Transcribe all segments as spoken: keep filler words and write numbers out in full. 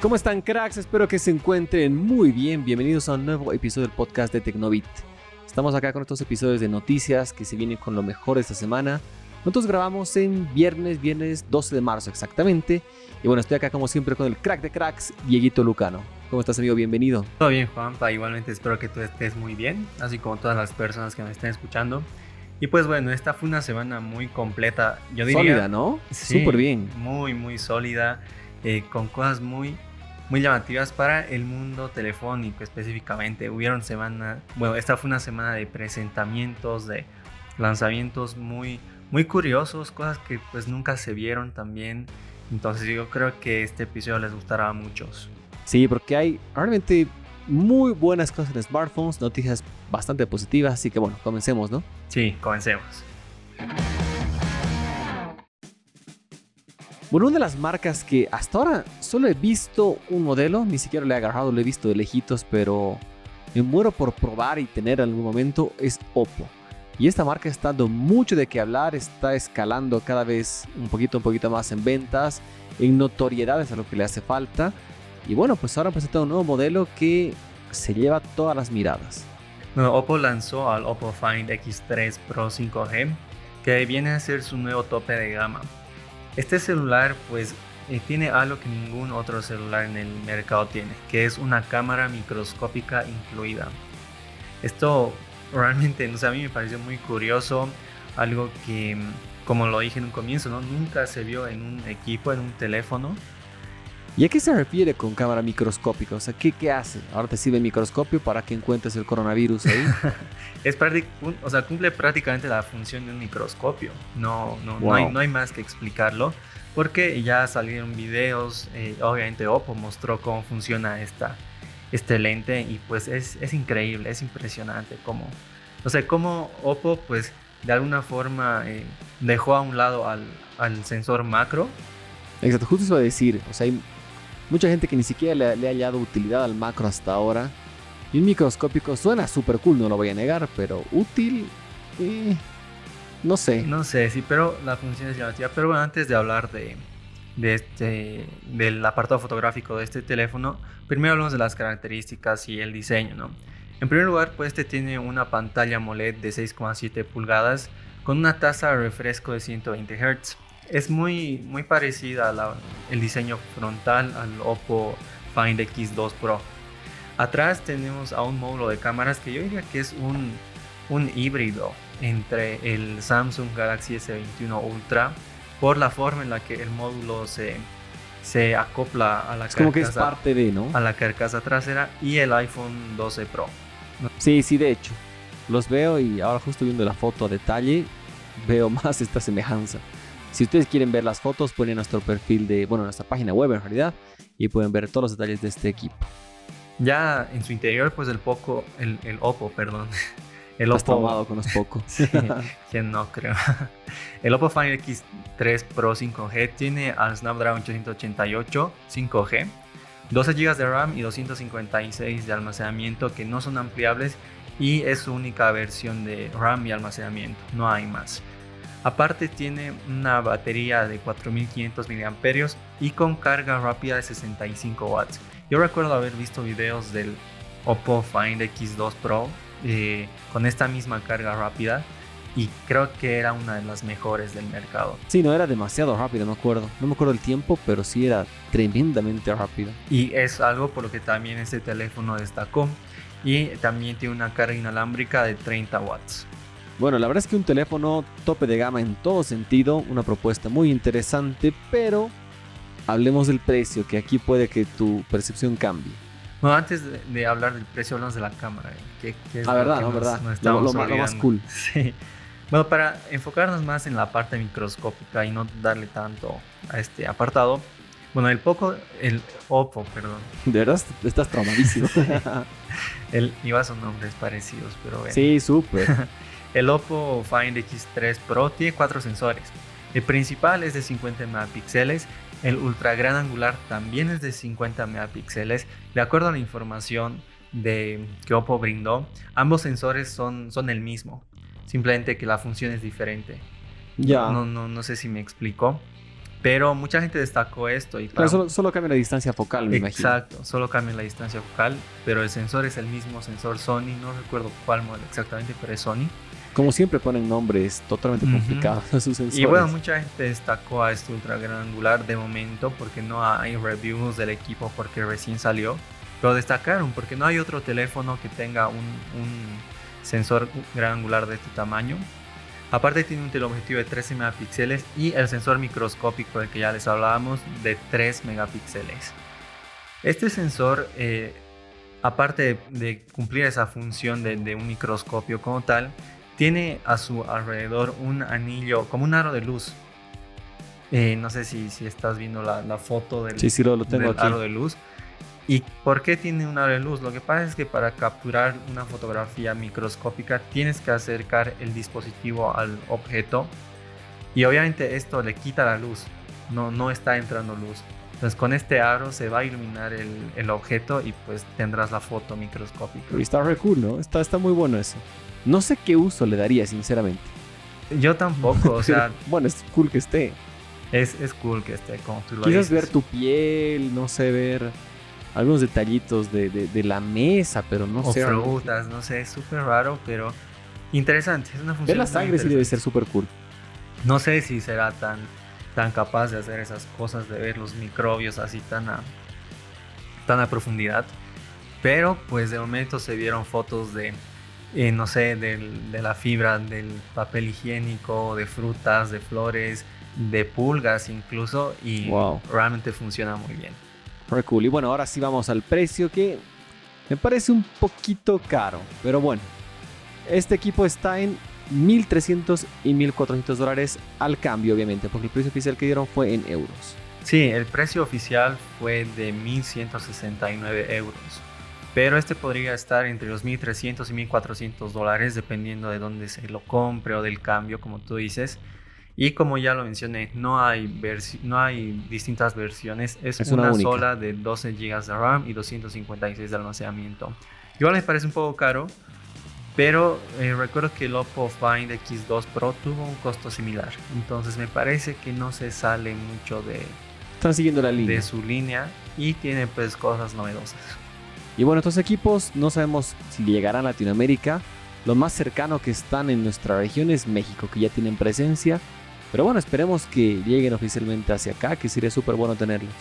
¿Cómo están, cracks? Espero que se encuentren muy bien. Bienvenidos a un nuevo episodio del podcast de Tecnobit. Estamos acá con estos episodios de noticias que se vienen con lo mejor de esta semana. Nosotros grabamos en viernes, viernes doce de marzo exactamente. Y bueno, estoy acá como siempre con el crack de cracks, Dieguito Lucano. ¿Cómo estás, amigo? Bienvenido. Todo bien, Juanpa. Igualmente espero que tú estés muy bien, así como todas las personas que me estén escuchando. Y pues bueno, esta fue una semana muy completa. Yo diría, sólida, ¿no? Sí, súper bien. Muy, muy sólida, eh, con cosas muy, muy llamativas para el mundo telefónico específicamente. Hubieron semana, bueno, esta fue una semana de presentamientos, de lanzamientos muy, muy curiosos, cosas que pues nunca se vieron también. Entonces yo creo que este episodio les gustará a muchos. Sí, porque hay realmente muy buenas cosas en smartphones, noticias bastante positivas, así que bueno, comencemos, ¿no? Sí, comencemos. Bueno, una de las marcas que hasta ahora solo he visto un modelo, ni siquiera lo he agarrado, lo he visto de lejitos, pero me muero por probar y tener en algún momento, es Oppo. Y esta marca está dando mucho de qué hablar, está escalando cada vez un poquito, un poquito más en ventas, en notoriedad es a lo que le hace falta. Y bueno, pues ahora han presentado un nuevo modelo que se lleva todas las miradas. Bueno, Oppo lanzó al Oppo Find X tres Pro cinco G, que viene a ser su nuevo tope de gama. Este celular pues eh, tiene algo que ningún otro celular en el mercado tiene, que es una cámara microscópica incluida. Esto realmente, no sé, a mí me pareció muy curioso, algo que, como lo dije en un comienzo, ¿no? Nunca se vio en un equipo, en un teléfono. ¿Y a qué se refiere con cámara microscópica? O sea, ¿qué, qué hace? Ahora te sirve el microscopio para que encuentres el coronavirus ahí. es práctic- o sea, cumple prácticamente la función de un microscopio. No, no, Wow. no, hay, no hay más que explicarlo. Porque ya salieron videos, eh, obviamente Oppo mostró cómo funciona esta, este lente. Y pues es, es increíble, es impresionante cómo, o sea, cómo Oppo pues de alguna forma eh, dejó a un lado al, al sensor macro. Exacto, justo eso iba a decir. O sea, hay mucha gente que ni siquiera le, le ha hallado utilidad al macro hasta ahora. Y un microscópico suena súper cool, no lo voy a negar, pero útil, eh, no sé. No sé, sí, pero la función es llamativa. Pero bueno, antes de hablar de, de este, del apartado fotográfico de este teléfono, primero hablamos de las características y el diseño, ¿no? En primer lugar, pues este tiene una pantalla AMOLED de seis coma siete pulgadas con una tasa de refresco de ciento veinte hertz. Es muy, muy parecida al diseño frontal al Oppo Find X dos Pro. Atrás tenemos a un módulo de cámaras que yo diría que es un, un híbrido entre el Samsung Galaxy S veintiuno Ultra por la forma en la que el módulo se, se acopla a la es carcasa, como que es parte de, ¿no? a la carcasa trasera, y el iPhone doce Pro. Sí, sí, de hecho. Los veo y ahora justo viendo la foto a detalle, veo más esta semejanza. Si ustedes quieren ver las fotos, pueden ir a nuestro perfil de, bueno, nuestra página web en realidad, y pueden ver todos los detalles de este equipo. Ya en su interior, pues el Poco, el, el Oppo, perdón. El Estás Oppo, traumado con los Poco. Sí, ¿quién no creo? El Oppo Find X tres Pro cinco G tiene al Snapdragon ochocientos ochenta y ocho cinco G, doce gigas de RAM y doscientos cincuenta y seis de almacenamiento que no son ampliables, y es su única versión de RAM y almacenamiento, no hay más. Aparte tiene una batería de cuatro mil quinientos miliamperios hora y con carga rápida de sesenta y cinco watts. Yo recuerdo haber visto videos del Oppo Find X dos Pro eh, con esta misma carga rápida y creo que era una de las mejores del mercado. Sí, no era demasiado rápido, me acuerdo. No me acuerdo el tiempo, pero sí era tremendamente rápido. Y es algo por lo que también este teléfono destacó. Y también tiene una carga inalámbrica de treinta watts. Bueno, la verdad es que un teléfono tope de gama en todo sentido, una propuesta muy interesante, pero hablemos del precio, que aquí puede que tu percepción cambie. Bueno, antes de, de hablar del precio, hablamos de la cámara. ¿Qué, qué es ah, lo verdad, que no, nos, verdad. nos Lo, lo, estamos lo más olvidando? cool. Sí. Bueno, para enfocarnos más en la parte microscópica y no darle tanto a este apartado, bueno, el Poco, el Oppo, perdón. De verdad estás traumadísimo. el, iba son nombres parecidos, pero bueno. Sí, súper. El Oppo Find X tres Pro tiene cuatro sensores. El principal es de cincuenta megapíxeles. El ultra gran angular también es de cincuenta megapíxeles. De acuerdo a la información de, que Oppo brindó, ambos sensores son, son el mismo. Simplemente que la función es diferente. Ya. No, no, no sé si me explico. Pero mucha gente destacó esto. Y Claro, para- solo, solo cambia la distancia focal, me imagino. Exacto, solo cambia la distancia focal, pero el sensor es el mismo sensor Sony, no recuerdo cuál modelo exactamente, pero es Sony. Como siempre ponen nombres totalmente Ujú. complicados a sus sensores. Y bueno, mucha gente destacó a este ultra gran angular de momento porque no hay reviews del equipo porque recién salió, pero destacaron porque no hay otro teléfono que tenga un, un sensor gran angular de este tamaño. Aparte tiene un teleobjetivo de trece megapíxeles y el sensor microscópico del que ya les hablábamos de tres megapíxeles. Este sensor, eh, aparte de, de cumplir esa función de, de un microscopio como tal, tiene a su alrededor un anillo, como un aro de luz. Eh, no sé si, si estás viendo la, la foto del, Sí, sí, lo, lo tengo del aquí. aro de luz. ¿Y por qué tiene un aro de luz? Lo que pasa es que para capturar una fotografía microscópica tienes que acercar el dispositivo al objeto y obviamente esto le quita la luz, no, no está entrando luz. Entonces con este aro se va a iluminar el, el objeto y pues tendrás la foto microscópica. Pero está re cool, ¿no? Está, está muy bueno eso. No sé qué uso le daría, sinceramente. Yo tampoco, o sea, Bueno, es cool que esté. es, es cool que esté como tú lo Quizás dices. ver tu piel, no sé, ver algunos detallitos de, de, de la mesa, pero no o sé. frutas, no sé, es súper raro, pero interesante. Es una función Ver la muy sangre sí debe interesante. ser súper cool. No sé si será tan, tan capaz de hacer esas cosas, de ver los microbios así tan a, tan a profundidad. Pero pues de momento se vieron fotos de, eh, no sé, del- de la fibra del papel higiénico, de frutas, de flores, de pulgas incluso. Y Wow. realmente funciona muy bien. Re cool. Y bueno, ahora sí vamos al precio que me parece un poquito caro. Pero bueno, este equipo está en mil trescientos y mil cuatrocientos dólares al cambio, obviamente, porque el precio oficial que dieron fue en euros. Sí, el precio oficial fue de mil ciento sesenta y nueve euros. Pero este podría estar entre los mil trescientos y mil cuatrocientos dólares dependiendo de dónde se lo compre o del cambio, como tú dices. Y como ya lo mencioné, no hay, versi- no hay distintas versiones, es, Es una una, única. sola de doce gigas de RAM y doscientos cincuenta y seis de almacenamiento. Igual me parece un poco caro, pero eh, recuerdo que el Oppo Find X dos Pro tuvo un costo similar. Entonces me parece que no se sale mucho de, Están siguiendo la línea. de su línea y tiene pues cosas novedosas. Y bueno, estos equipos no sabemos si llegarán a Latinoamérica. Lo más cercano que están en nuestra región es México, que ya tienen presencia. Pero bueno, esperemos que lleguen oficialmente hacia acá, que sería súper bueno tenerlos.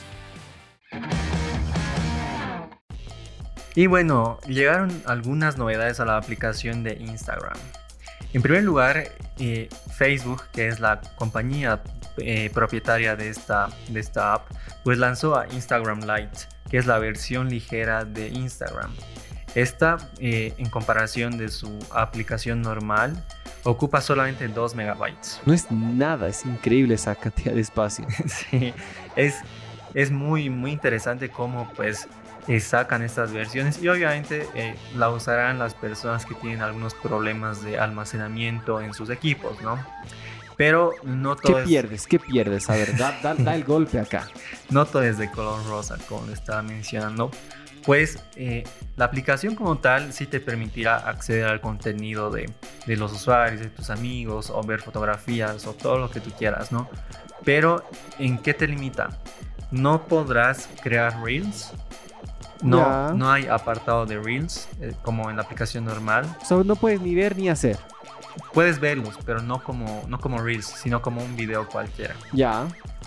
Y bueno, llegaron algunas novedades a la aplicación de Instagram. En primer lugar, eh, Facebook, que es la compañía eh, propietaria de esta, de esta app, pues lanzó a Instagram Lite, que es la versión ligera de Instagram. Esta, eh, en comparación de su aplicación normal, ocupa solamente dos megabytes. No es nada, es increíble esa cantidad de espacio. Sí, es, es muy, muy interesante cómo pues eh, sacan estas versiones y obviamente eh, la usarán las personas que tienen algunos problemas de almacenamiento en sus equipos, ¿no? Pero no todo, ¿Qué es, pierdes? ¿Qué pierdes? A ver, da, da- da el golpe acá. no todo es de color rosa, como le estaba mencionando. Pues eh, la aplicación como tal sí te permitirá acceder al contenido de, de los usuarios, de tus amigos, o ver fotografías o todo lo que tú quieras, ¿no? Pero ¿en qué te limita? No podrás crear reels. No, Ya. no hay apartado de reels eh, como en la aplicación normal. O sea, no puedes ni ver ni hacer. Puedes verlos, pero no como, no como reels, sino como un video cualquiera. Ya.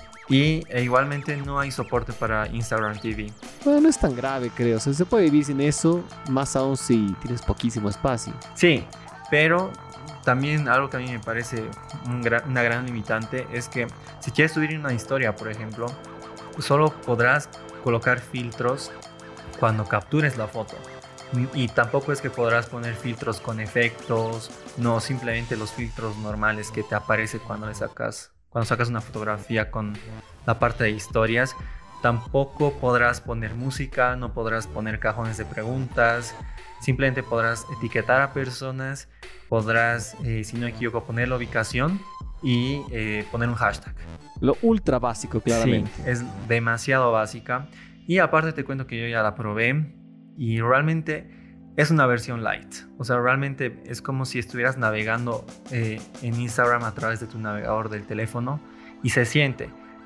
Y e igualmente no hay soporte para Instagram T V. Bueno, no es tan grave, creo. O sea, se puede vivir sin eso, más aún si tienes poquísimo espacio. Sí, pero también algo que a mí me parece un gra- una gran limitante es que si quieres subir una historia, por ejemplo, solo podrás colocar filtros cuando captures la foto. Y tampoco es que podrás poner filtros con efectos, no, simplemente los filtros normales que te aparece cuando le sacas, cuando sacas una fotografía con la parte de historias. Tampoco podrás poner música, no podrás poner cajones de preguntas, simplemente podrás etiquetar a personas, podrás, eh, si no me equivoco, poner la ubicación y eh, poner un hashtag. Lo ultra básico, claramente. Sí, es demasiado básica. Y aparte te cuento que yo ya la probé y realmente es una versión light. O sea, realmente es como si estuvieras navegando eh, en Instagram a través de tu navegador del teléfono y se siente.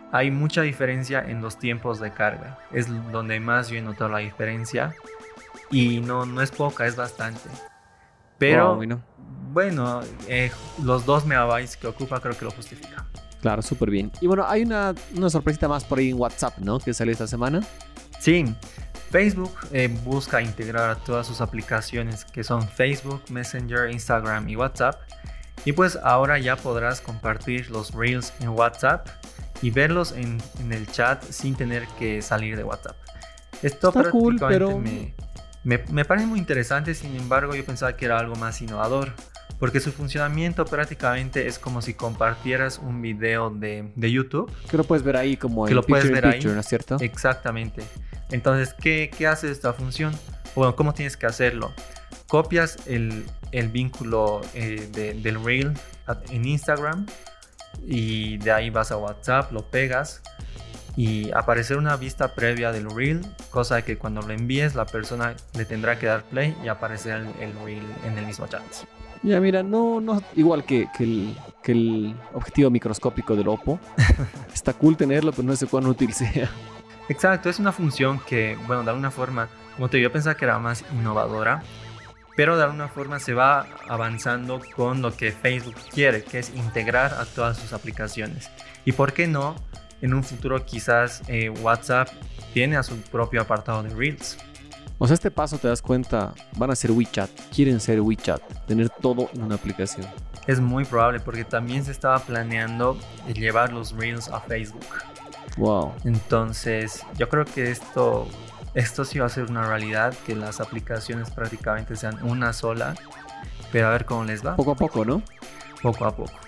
hay mucha diferencia en los tiempos de carga. Es donde más yo he notado la diferencia. Y no, no es poca, es bastante. Pero, wow, no. bueno, eh, los dos megabytes que ocupa creo que lo justifica. Claro, súper bien. Y bueno, hay una, una sorpresita más por ahí en WhatsApp, ¿no? Que salió esta semana. Sí, Facebook eh, busca integrar a todas sus aplicaciones que son Facebook, Messenger, Instagram y WhatsApp. Y pues ahora ya podrás compartir los Reels en WhatsApp y verlos en, en el chat sin tener que salir de WhatsApp. Esto Está cool, pero... me, me, me parece muy interesante, sin embargo yo pensaba que era algo más innovador. Porque su funcionamiento prácticamente es como si compartieras un video de, de YouTube. Que lo puedes ver ahí como que en lo puedes picture ver in ahí, picture, ¿no es cierto? Exactamente. Entonces, ¿qué, qué hace esta función? Bueno, ¿cómo tienes que hacerlo? Copias el, el vínculo eh, de, del Reel en Instagram y de ahí vas a WhatsApp, lo pegas y aparecer una vista previa del Reel, cosa que cuando lo envíes la persona le tendrá que dar play y aparecer el, el Reel en el mismo chat. Ya, mira, no, no igual que, que, el, que el objetivo microscópico del Oppo. Está cool tenerlo, pero no sé cuán útil sea. Exacto, es una función que, bueno, de alguna forma, como te digo, yo pensaba que era más innovadora, pero de alguna forma se va avanzando con lo que Facebook quiere, que es integrar a todas sus aplicaciones. Y por qué no, en un futuro quizás eh, WhatsApp tiene a su propio apartado de Reels. O sea, este paso te das cuenta, van a ser WeChat, quieren ser WeChat, tener todo en una aplicación. Es muy probable porque también se estaba planeando llevar los Reels a Facebook. Wow. Entonces, yo creo que esto, esto sí va a ser una realidad, que las aplicaciones prácticamente sean una sola, pero a ver cómo les va. Poco a poco, ¿no? Poco a poco.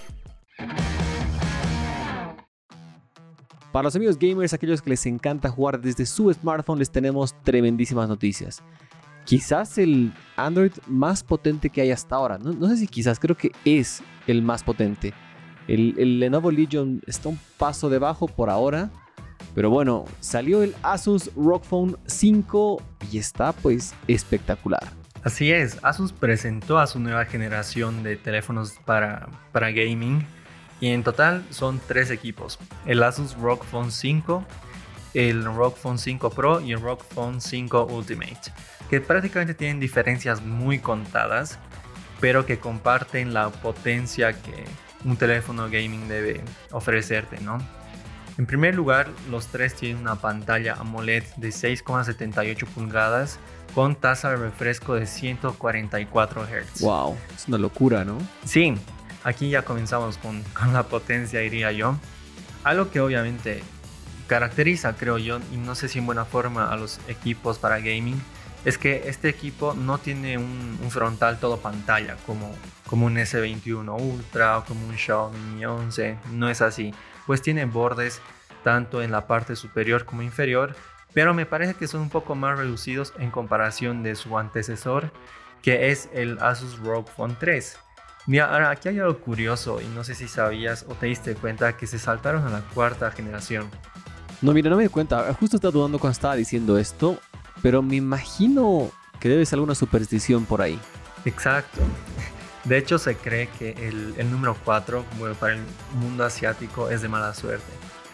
Para los amigos gamers, aquellos que les encanta jugar desde su smartphone, les tenemos tremendísimas noticias. Quizás el Android más potente que hay hasta ahora. No, no sé si quizás, creo que es el más potente. El, el Lenovo Legion está un paso debajo por ahora. Pero bueno, salió el Asus ROG Phone cinco y está pues espectacular. Así es, Asus presentó a su nueva generación de teléfonos para, para gaming. Y en total son tres equipos. El Asus ROG Phone cinco, el ROG Phone cinco Pro y el ROG Phone cinco Ultimate. Que prácticamente tienen diferencias muy contadas, pero que comparten la potencia que un teléfono gaming debe ofrecerte, ¿no? En primer lugar, los tres tienen una pantalla AMOLED de seis coma setenta y ocho pulgadas con tasa de refresco de ciento cuarenta y cuatro hertz. Wow, es una locura, ¿no? Sí, aquí ya comenzamos con, con la potencia, diría yo. Algo que obviamente caracteriza, creo yo, y no sé si en buena forma a los equipos para gaming, es que este equipo no tiene un, un frontal todo pantalla como, como un ese veintiuno Ultra o como un Xiaomi Mi once. No es así, pues tiene bordes tanto en la parte superior como inferior, pero me parece que son un poco más reducidos en comparación de su antecesor, que es el Asus ROG Phone tres. Mira, ahora aquí hay algo curioso y no sé si sabías o te diste cuenta que se saltaron a la cuarta generación. No, mira, no me di cuenta. Justo estaba dudando cuando estaba diciendo esto, pero me imagino que debe ser alguna superstición por ahí. Exacto. De hecho, se cree que el, el número cuatro, bueno, para el mundo asiático es de mala suerte.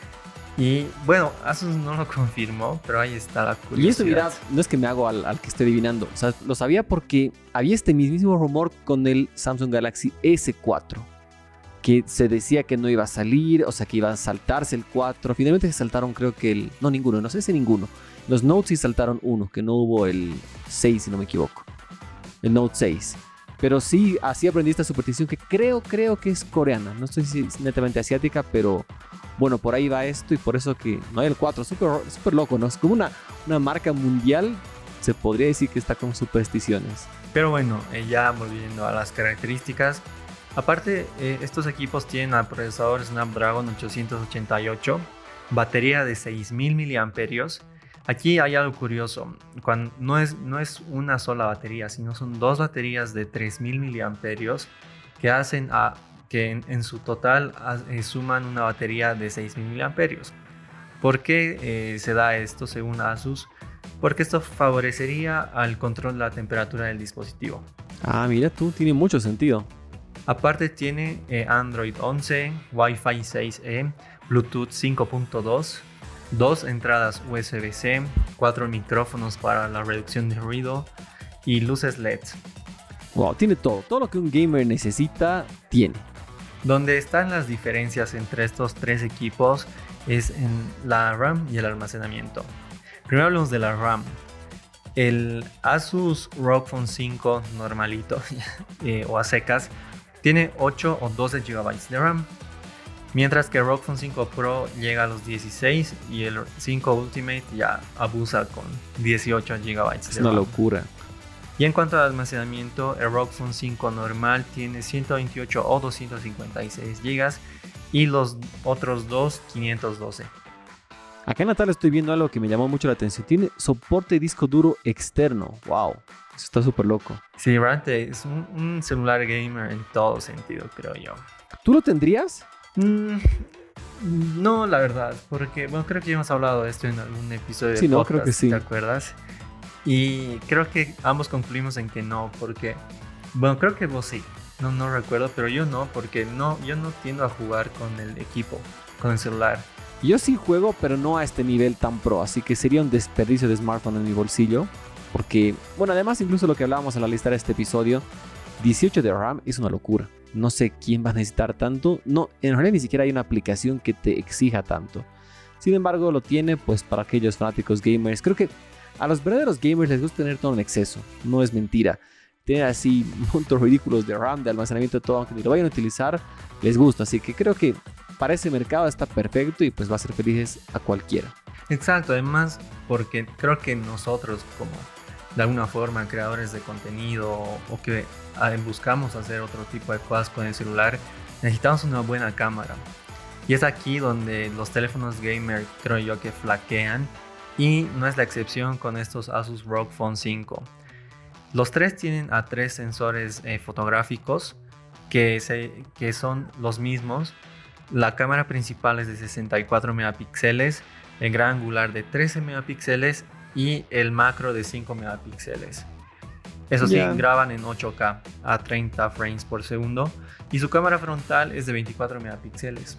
Y bueno, Asus no lo confirmó, pero ahí está la curiosidad. Y eso, mira, no es que me hago al, al que esté adivinando. O sea, lo sabía porque había este mismísimo rumor con el Samsung Galaxy ese cuatro. Que se decía que no iba a salir, o sea, que iba a saltarse el cuatro. Finalmente se saltaron, creo que el... No, ninguno, no sé si ninguno. Los Note sí saltaron uno, que no hubo el seis, si no me equivoco. El Note seis. Pero sí, así aprendí esta superstición que creo, creo que es coreana. No estoy si es netamente asiática, pero bueno, por ahí va esto y por eso que no hay el cuatro. Súper súper loco, ¿no? Es como una, una marca mundial, se podría decir que está con supersticiones. Pero bueno, eh, ya volviendo a las características. Aparte, eh, estos equipos tienen al procesador Snapdragon ochocientos ochenta y ocho, batería de seis mil miliamperios. Aquí hay algo curioso, cuando no, es, no es una sola batería, sino son dos baterías de tres mil miliamperios que hacen a, que en, en su total a, eh, suman una batería de seis mil miliamperios. ¿Por qué eh, se da esto según Asus? Porque esto favorecería al control de la temperatura del dispositivo. Ah, mira tú, tiene mucho sentido. Aparte tiene eh, Android once, Wi-Fi seis E, Bluetooth cinco punto dos, dos entradas U S B C, cuatro micrófonos para la reducción de ruido y luces L E D. Wow, tiene todo, todo lo que un gamer necesita, tiene. Donde están las diferencias entre estos tres equipos es en la RAM y el almacenamiento. Primero hablamos de la RAM. El Asus R O G Phone cinco normalito eh, o a secas tiene ocho o doce gigabytes de RAM, mientras que el R O G Phone cinco Pro llega a los dieciséis y el cinco Ultimate ya abusa con dieciocho gigabytes de Es una RAM. locura. Y en cuanto al almacenamiento, el R O G Phone cinco normal tiene ciento veintiocho o doscientos cincuenta y seis gigas y los otros dos quinientos doce. Acá en Natal estoy viendo algo que me llamó mucho la atención. Tiene soporte de disco duro externo. Wow, eso está súper loco. Sí, realmente es un, un celular gamer en todo sentido, creo yo. ¿Tú lo tendrías? Mm, no, la verdad, porque bueno, creo que ya hemos hablado de esto en algún episodio de Sí, no, podcast, creo que sí. ¿te acuerdas? Y creo que ambos concluimos en que no, porque bueno, creo que vos sí. No, no recuerdo, pero yo no, porque no, yo no tiendo a jugar con el equipo, con el celular. Yo sí juego, pero no a este nivel tan pro, así que sería un desperdicio de smartphone en mi bolsillo. Porque, bueno, además incluso lo que hablábamos en la lista de este episodio, dieciocho de RAM es una locura. No sé quién va a necesitar tanto. No, en realidad ni siquiera hay una aplicación que te exija tanto. Sin embargo, lo tiene pues para aquellos fanáticos gamers. Creo que a los verdaderos gamers les gusta tener todo en exceso, no es mentira. Tener así montos ridículos de RAM, de almacenamiento, de todo, aunque ni lo vayan a utilizar, les gusta. Así que creo que para ese mercado está perfecto y pues va a ser felices a cualquiera. Exacto, además porque creo que nosotros como de alguna forma creadores de contenido o que buscamos hacer otro tipo de cosas con el celular, necesitamos una buena cámara. Y es aquí donde los teléfonos gamer creo yo que flaquean y no es la excepción con estos Asus R O G Phone cinco. Los tres tienen a tres sensores eh, fotográficos que, se, que son los mismos. La cámara principal es de sesenta y cuatro megapíxeles, el gran angular de trece megapíxeles y el macro de cinco megapíxeles. Eso sí, yeah. Graban en ocho K a treinta frames por segundo y su cámara frontal es de veinticuatro megapíxeles.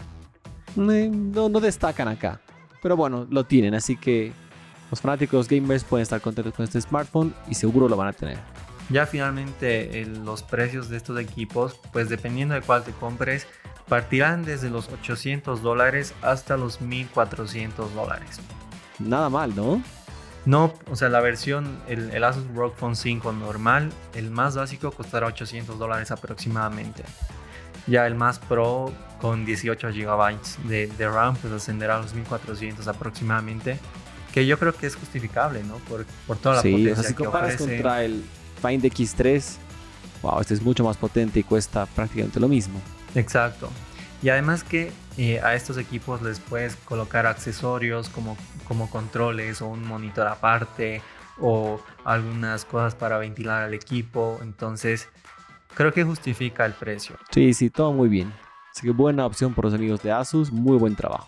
No, no destacan acá, pero bueno, lo tienen, así que los fanáticos gamers pueden estar contentos con este smartphone y seguro lo van a tener. Ya finalmente el, los precios de estos equipos, pues dependiendo de cuál te compres, partirán desde los ochocientos dólares hasta los mil cuatrocientos dólares. Nada mal, ¿no? No, o sea, la versión, el, el Asus R O G Phone cinco normal, el más básico costará ochocientos dólares aproximadamente. Ya el más Pro con dieciocho gigabytes de, de RAM pues ascenderá a los mil cuatrocientos aproximadamente, que yo creo que es justificable, ¿no? Por, por toda la sí, potencia o sea, si que comparas ofrece. Contra el Find X tres, wow, este es mucho más potente y cuesta prácticamente lo mismo. Exacto. Y además que eh, a estos equipos les puedes colocar accesorios como, como controles o un monitor aparte o algunas cosas para ventilar al equipo. Entonces, creo que justifica el precio. Sí, sí, todo muy bien. Así que buena opción por los amigos de Asus. Muy buen trabajo.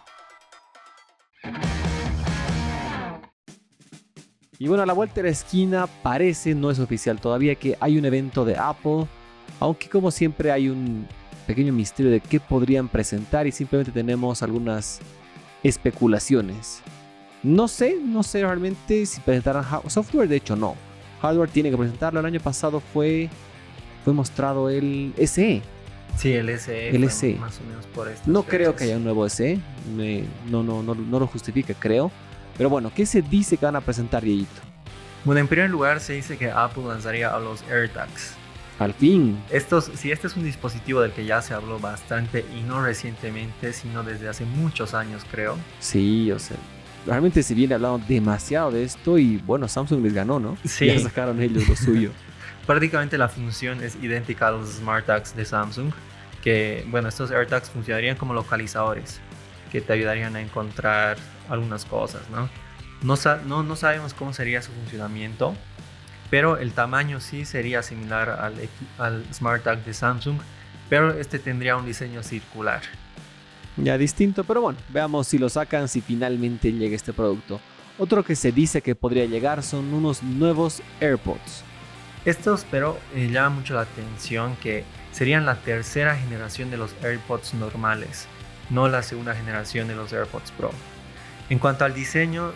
Y bueno, a la vuelta de la esquina parece, no es oficial todavía, que hay un evento de Apple. Aunque como siempre hay un pequeño misterio de qué podrían presentar y simplemente tenemos algunas especulaciones. No sé, no sé realmente si presentarán software, de hecho no. Hardware tiene que presentarlo, el año pasado fue, fue mostrado el S E. Sí, el S E. El S E. Más o menos por esto. No creo que haya un nuevo S E, Me, no, no, no, no lo justifica, creo. Pero bueno, ¿qué se dice que van a presentar, Dieguito? Bueno, en primer lugar se dice que Apple lanzaría a los AirTags. Al fin. Estos, si este es un dispositivo del que ya se habló bastante y no recientemente, sino desde hace muchos años, creo. Sí, o sea, realmente se viene hablando demasiado de esto y bueno, Samsung les ganó, ¿no? Sí. Ya sacaron ellos lo suyo. Prácticamente la función es idéntica a los SmartTags de Samsung, que bueno, estos AirTags funcionarían como localizadores que te ayudarían a encontrar algunas cosas, ¿no? No, no, no sabemos cómo sería su funcionamiento, pero el tamaño sí sería similar al, al SmartTag de Samsung, pero este tendría un diseño circular. Ya distinto, pero bueno, veamos si lo sacan, si finalmente llega este producto. Otro que se dice que podría llegar son unos nuevos AirPods. Estos, pero eh, llama mucho la atención que serían la tercera generación de los AirPods normales. no la segunda generación de los AirPods Pro. En cuanto al diseño,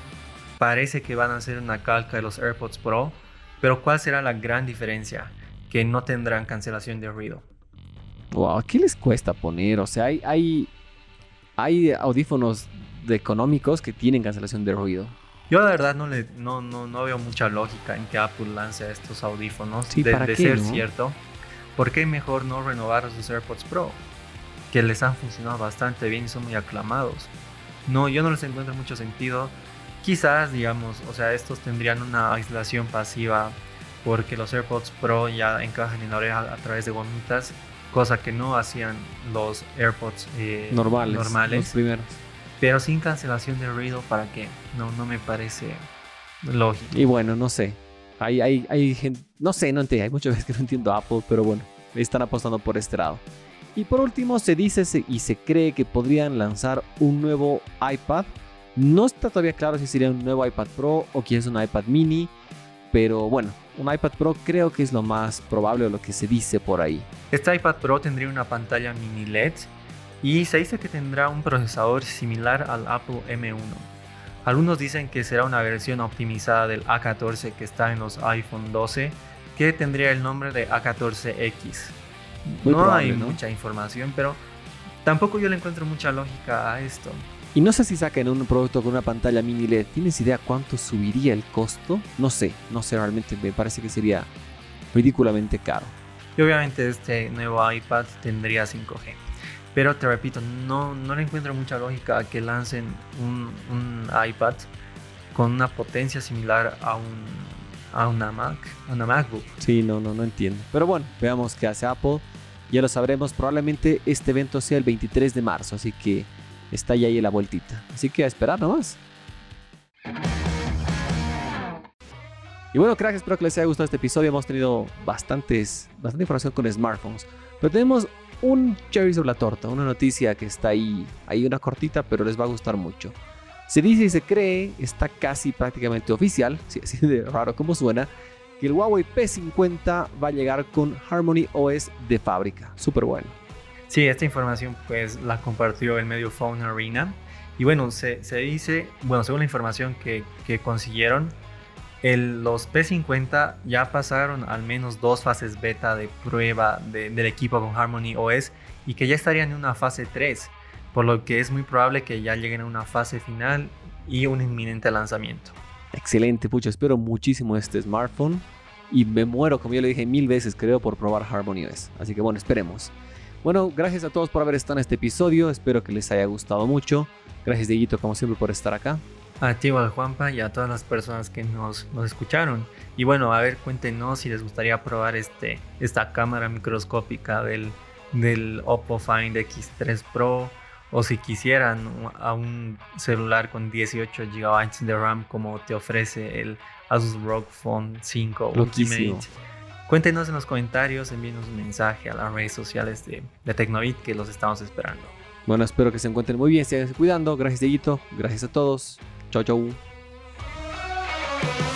parece que van a ser una calca de los AirPods Pro, pero ¿cuál será la gran diferencia? Que no tendrán cancelación de ruido. Wow, ¿qué les cuesta poner? O sea, hay, hay, hay audífonos de económicos que tienen cancelación de ruido. Yo la verdad no, le, no, no, no veo mucha lógica en que Apple lance estos audífonos. Sí, de, ¿para de qué, ser no? cierto, ¿por qué mejor no renovar sus AirPods Pro? Que les han funcionado bastante bien y son muy aclamados. No, yo no les encuentro mucho sentido. Quizás, digamos, o sea, estos tendrían una aislación pasiva porque los AirPods Pro ya encajan en la oreja a través de gomitas, cosa que no hacían los AirPods eh, normales, normales. Los primeros. Pero sin cancelación de ruido, ¿para qué? No, no me parece lógico. Y bueno, no sé. Hay, hay, hay gente, no sé, no entiendo. Hay muchas veces que no entiendo a Apple, pero bueno, están apostando por este lado. Y por último, se dice y se cree que podrían lanzar un nuevo iPad. No está todavía claro si sería un nuevo iPad Pro o quizás un iPad mini. Pero bueno, un iPad Pro creo que es lo más probable o lo que se dice por ahí. Este iPad Pro tendría una pantalla mini L E D y se dice que tendrá un procesador similar al Apple M uno. Algunos dicen que será una versión optimizada del A catorce que está en los iPhone doce, que tendría el nombre de A catorce X. Muy no probable, hay ¿no? mucha información, pero tampoco yo le encuentro mucha lógica a esto. Y no sé si saquen un producto con una pantalla mini L E D. ¿Tienes idea cuánto subiría el costo? No sé, no sé realmente. Me parece que sería ridículamente caro. Y obviamente este nuevo iPad tendría cinco G. Pero te repito, no, no le encuentro mucha lógica a que lancen un, un iPad con una potencia similar a, un, a una Mac, a una MacBook. Sí, no, no, no entiendo. Pero bueno, veamos qué hace Apple. Ya lo sabremos. Probablemente este evento sea el veintitrés de marzo. Así que está ya ahí la vueltita. Así que a esperar nomás. Y bueno, cracks, espero que les haya gustado este episodio. Hemos tenido bastantes, bastante información con smartphones. Pero tenemos un cherry sobre la torta, una noticia que está ahí, ahí una cortita, pero les va a gustar mucho. Se dice y se cree, está casi prácticamente oficial, sí, así de raro como suena, que el Huawei P cincuenta va a llegar con Harmony O S de fábrica. Súper bueno. Sí, esta información pues la compartió el medio Phone Arena. Y bueno, se, se dice, bueno, según la información que, que consiguieron, el, los P cincuenta ya pasaron al menos dos fases beta de prueba de, del equipo con Harmony O S y que ya estarían en una fase tres, por lo que es muy probable que ya lleguen a una fase final y un inminente lanzamiento. Excelente, pucho, espero muchísimo este smartphone y me muero, como ya le dije mil veces, creo, por probar Harmony O S. Así que bueno, esperemos. Bueno, gracias a todos por haber estado en este episodio, espero que les haya gustado mucho. Gracias, Dieguito, como siempre, por estar acá. A ti, igual, Juanpa, y a todas las personas que nos, nos escucharon. Y bueno, a ver, cuéntenos si les gustaría probar este, esta cámara microscópica del, del Oppo Find X tres Pro, o si quisieran a un celular con dieciocho gigabytes de RAM como te ofrece el Asus R O G Phone cinco Loquísimo. Ultimate. Cuéntenos en los comentarios, envíenos un mensaje a las redes sociales de, de Tecnovit, que los estamos esperando. Bueno, espero que se encuentren muy bien, sigan cuidando. Gracias, Dieguito. Gracias a todos. Chau, chau.